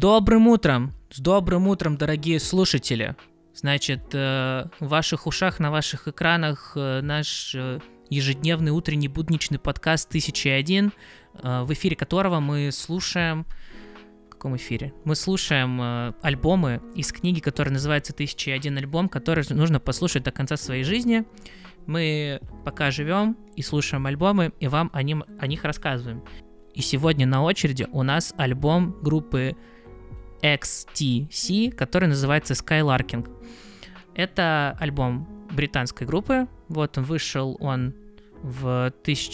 С добрым утром, дорогие слушатели. Значит, в ваших ушах, на ваших экранах наш ежедневный утренний будничный подкаст 1001, в эфире которого мы слушаем... В каком эфире? Мы слушаем альбомы из книги, которая называется «1001 альбом», который нужно послушать до конца своей жизни. Мы пока живем и слушаем альбомы, и вам о них рассказываем. И сегодня на очереди у нас альбом группы XTC, который называется Skylarking. Это альбом британской группы. Вот он вышел в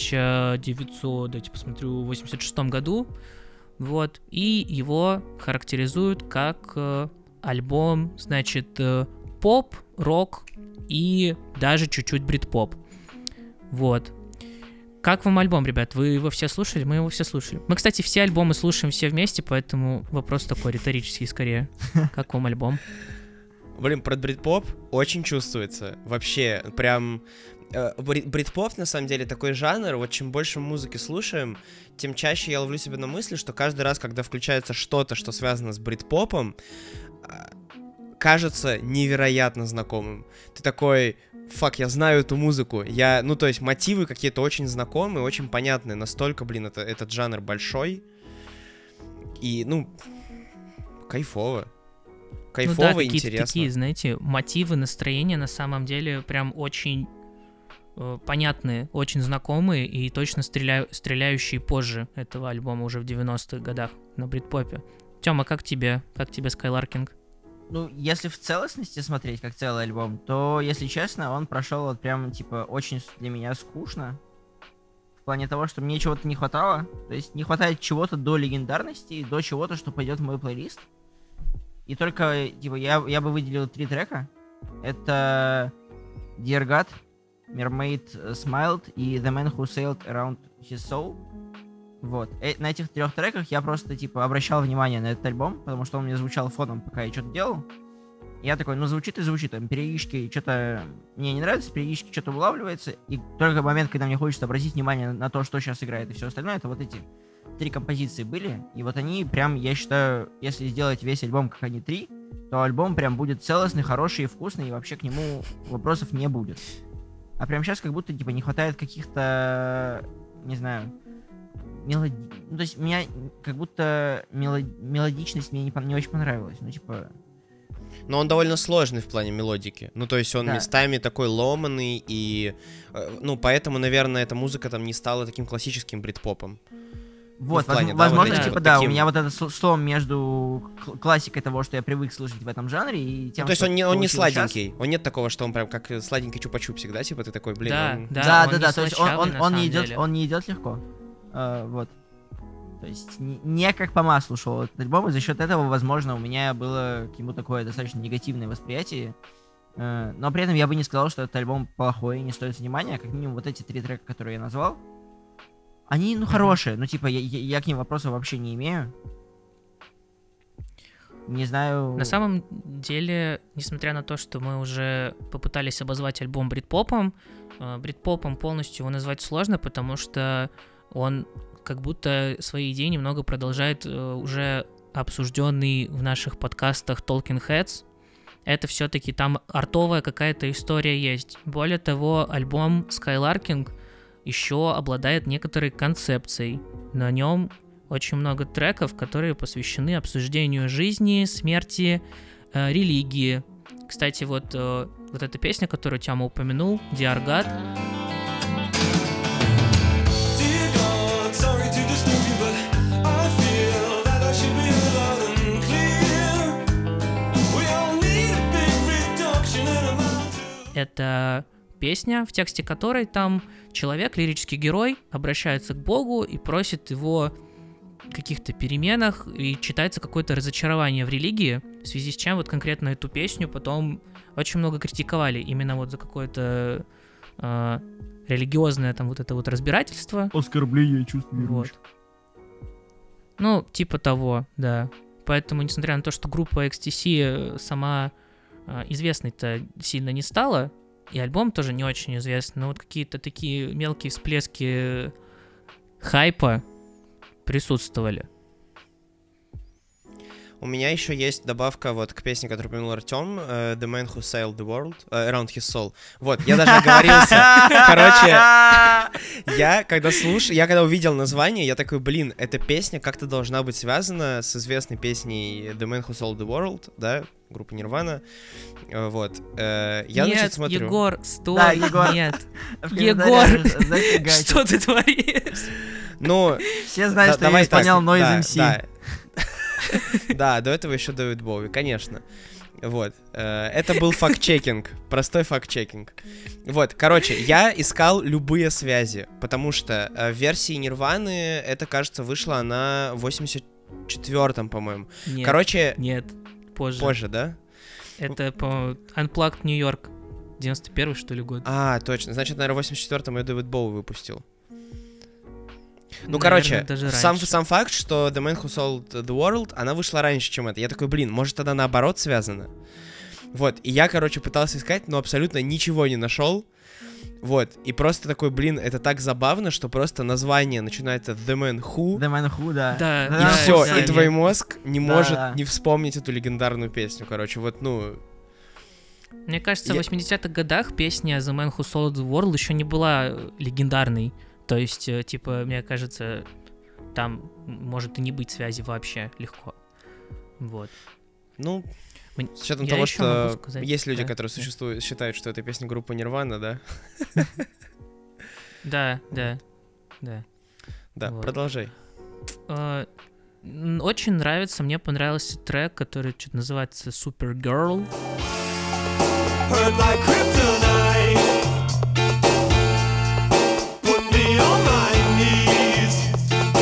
1986 году. Вот, и его характеризуют как альбом, значит, поп, рок и даже чуть-чуть брит-поп. Вот. Как вам альбом, ребят? Вы его все слушали? Мы его все слушали. Мы, кстати, все альбомы слушаем все вместе, поэтому вопрос такой риторический скорее. Как вам альбом? Блин, про брит-поп очень чувствуется. Вообще, прям... Брит-поп, на самом деле, такой жанр. Вот чем больше музыки слушаем, тем чаще я ловлю себя на мысли, что каждый раз, когда включается что-то, что связано с брит-попом, кажется невероятно знакомым. Ты такой... я знаю эту музыку. То есть мотивы какие-то очень знакомые, очень понятные. Настолько, этот жанр большой. И, кайфово. Кайфово, интересно. Такие, знаете, мотивы, настроения на самом деле прям очень понятные, очень знакомые и точно стреляющие позже этого альбома, уже в 90-х годах на брит-попе. Тёма, как тебе Skylarking? Если в целостности смотреть, как целый альбом, то, если честно, он прошел очень для меня скучно. В плане того, что мне чего-то не хватало. То есть не хватает чего-то до легендарности, до чего-то, что пойдет в мой плейлист. И только, я бы выделил 3 трека. Это Dear God, Mermaid Smiled и The Man Who Sailed Around His Soul. Вот. На этих 3 треках я просто, обращал внимание на этот альбом, потому что он мне звучал фоном, пока я что-то делал. И я такой, звучит и звучит. Там периодически что-то мне не нравится, периодически что-то улавливается. И только момент, когда мне хочется обратить внимание на то, что сейчас играет и все остальное, это вот эти 3 композиции были. И вот они прям, я считаю, если сделать весь альбом, как они 3, то альбом прям будет целостный, хороший и вкусный, и вообще к нему вопросов не будет. А прям сейчас как будто, не хватает каких-то, не знаю... то есть меня как будто мелодичность мне не очень понравилась. Но он довольно сложный в плане мелодики. То есть он местами такой ломаный, и... поэтому, наверное, эта музыка там не стала таким классическим брит-попом. Вот, плане, возможно, таким... у меня вот этот слом между классикой того, что я привык слушать в этом жанре, и тем, то есть он не сладенький. Сейчас. Он нет такого, что он прям как сладенький чупа-чупсик, да? Ты такой, блин... Да, то есть он не идет легко. Вот. То есть не как по маслу шел этот альбом, и за счет этого, возможно, у меня было к нему такое достаточно негативное восприятие. Но при этом я бы не сказал, что этот альбом плохой и не стоит внимания. Как минимум вот эти 3 трека, которые я назвал, они, хорошие. Я к ним вопросов вообще не имею. Не знаю... На самом деле, несмотря на то, что мы уже попытались обозвать альбом брит-попом полностью его назвать сложно, потому что он как будто свои идеи немного продолжает уже обсужденный в наших подкастах Talking Heads. Это все-таки там артовая какая-то история есть. Более того, альбом Skylarking еще обладает некоторой концепцией. На нем очень много треков, которые посвящены обсуждению жизни, смерти, религии. Кстати, вот эта песня, которую Тёма упомянул, Dear God, это песня, в тексте которой там человек, лирический герой, обращается к Богу и просит его каких-то переменах, и читается какое-то разочарование в религии, в связи с чем вот конкретно эту песню потом очень много критиковали именно вот за какое-то религиозное там вот это вот разбирательство. Оскорбление чувств верующих. Вот. Типа того, да. Поэтому, несмотря на то, что группа XTC сама известной-то сильно не стала, и альбом тоже не очень известный, но вот какие-то такие мелкие всплески хайпа присутствовали. У меня еще есть добавка вот к песне, которую упомянул Артем, The Man Who Sailed the World, Around His Soul. Вот, я даже оговорился. Короче, я когда увидел название, я такой, блин, эта песня как-то должна быть связана с известной песней The Man Who Sold the World, да, группа Нирвана. Вот. Я, значит, смотрю. Егор, стой, Да, Егор. нет. В Егор, комментариях зафигачил. что ты творишь? Ну, Все знают, что я давай так, исполнял Noise да, MC. да. Да, до этого еще Дэвид Боуи, конечно. Вот. Это был факт-чекинг. Простой факт-чекинг. Вот, короче, я искал любые связи, потому что в версии Нирваны это, кажется, вышла она в 84-м, по-моему. Нет, Короче, нет, позже. позже, да? Это, по Unplugged New York. 91-й, что ли, год. А, точно. Значит, наверное, в 84-м ее Дэвид Боуи выпустил. Ну, Наверное, короче, даже сам раньше. факт, что The Man Who Sold the World, она вышла раньше, чем это. Я такой, блин, может, тогда наоборот связано? Вот, и я, короче, пытался искать, но абсолютно ничего не нашел. Вот, и просто такой, блин, это так забавно, что просто название начинается The Man Who, The Man Who, да. Да, и да, все, да, и да. твой мозг не Да. может не вспомнить эту легендарную песню, короче, вот, ну... Мне кажется, в Я- 80-х годах песня The Man Who Sold the World еще не была легендарной. То есть, типа, мне кажется, там может и не быть связи вообще легко. Вот. Ну, Мне- с учетом я того, еще могу что сказать, есть люди, да, которые да. считают, что это песня группы Нирвана, да? Да. Да, Вот. продолжай. Очень нравится, мне понравился трек, который что-то называется Supergirl. Hurt like kryptonite. Put me on my knees.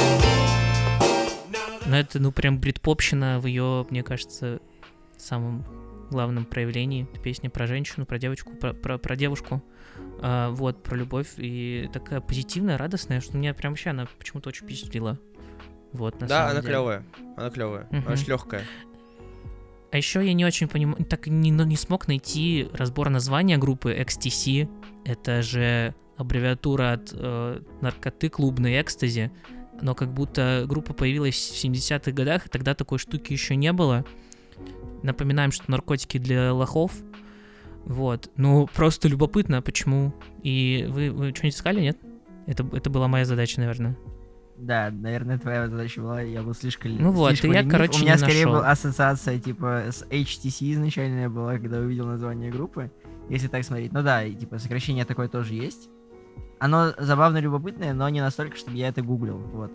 Но это, ну, прям брит-попщина в ее, мне кажется, самом главном проявлении. Это песня про женщину, про девочку, про девушку. Вот, про любовь. И такая позитивная, радостная, что меня прям вообще она почему-то очень впечатлила. Вот, на Да, самом она деле. клевая. Она клевая. Мгм. Она очень легкая. А еще я не очень понимаю, так не смог найти разбор названия группы XTC. Это же аббревиатура от наркоты клубной экстази. Но как будто группа появилась в 70-х годах, и тогда такой штуки еще не было. Напоминаем, что наркотики для лохов. Вот. Ну, просто любопытно, почему. И вы что-нибудь искали, нет? Это была моя задача, наверное. Да, наверное, твоя задача была, я был слишком Ну вот, слишком и я, ленив. короче, У меня не скорее нашел. была ассоциация, типа, с HTC изначальная была, когда увидел название группы, если так смотреть. Ну да, и, типа, сокращение такое тоже есть. Оно забавно любопытное, но не настолько, чтобы я это гуглил, вот.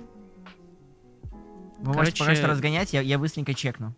Вы можете пока Короче, что разгонять, я быстренько чекну.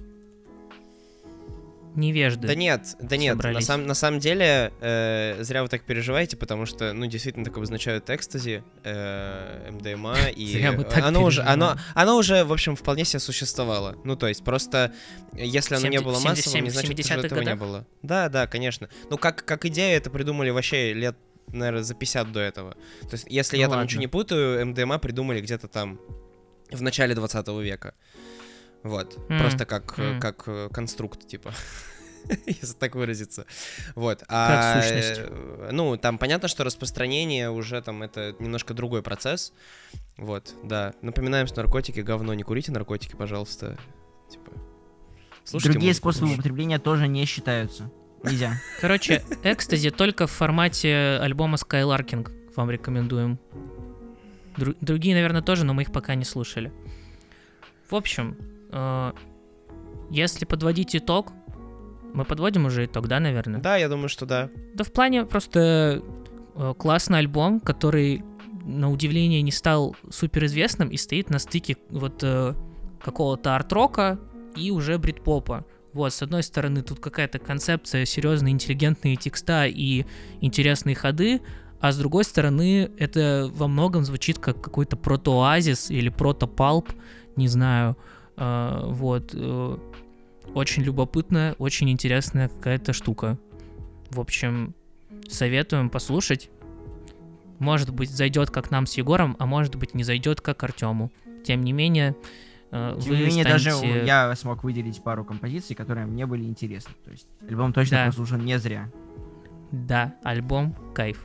Невежды. Да нет, собрались. на самом деле, зря вы так переживаете, потому что, ну, действительно, так обозначают экстази, МДМА, и Зря мы так оно уже, переживаем. оно уже, в общем, вполне себе существовало. Ну, то есть, просто, если оно не было массовым, не значит, что 70-х этого не годах? было. Да, конечно. Ну, как идея, это придумали вообще лет, наверное, за 50 до этого. То есть, если Ну я там ладно. ничего не путаю, МДМА придумали где-то там в начале 20 века. Вот. Просто как конструкт, типа. Если так выразиться. Вот. Как сущность. Ну, там понятно, что распространение уже там это немножко другой процесс. Вот, да. Напоминаем, что наркотики говно. Не курите наркотики, пожалуйста. Типа. Слушайте Другие музыку способы лучше. употребления тоже не считаются. Нельзя. Короче, экстази только в формате альбома Skylarking вам рекомендуем. Другие, наверное, тоже, но мы их пока не слушали. В общем, если подводить итог, мы подводим уже итог, да, наверное? Да, я думаю, что да. Да в плане просто классный альбом, который, на удивление, не стал суперизвестным и стоит на стыке вот какого-то арт-рока и уже брит-попа. Вот, с одной стороны, тут какая-то концепция, серьезные, интеллигентные текста и интересные ходы, а с другой стороны, это во многом звучит как какой-то прото-оазис или прото-палп, не знаю, вот. Очень любопытная, очень интересная какая-то штука. В общем, советуем послушать. Может быть, зайдет как нам с Егором, а может быть, не зайдет как Артему. Тем не менее, Тем вы не менее, даже станете... я смог выделить пару композиций, которые мне были интересны. То есть альбом точно Да. прослушан не зря. Да, альбом кайф.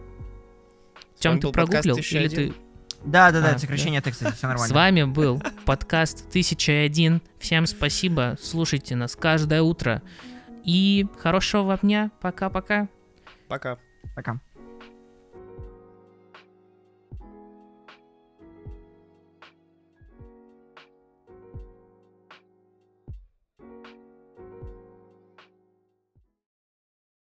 С вами Тем, ты был подкаст прогуглил? 1001. Или ты... Да, А, это сокращение текста, все С нормально. вами был подкаст 1001. Всем спасибо, слушайте нас каждое утро. И хорошего вам дня. Пока-пока. Пока. Пока.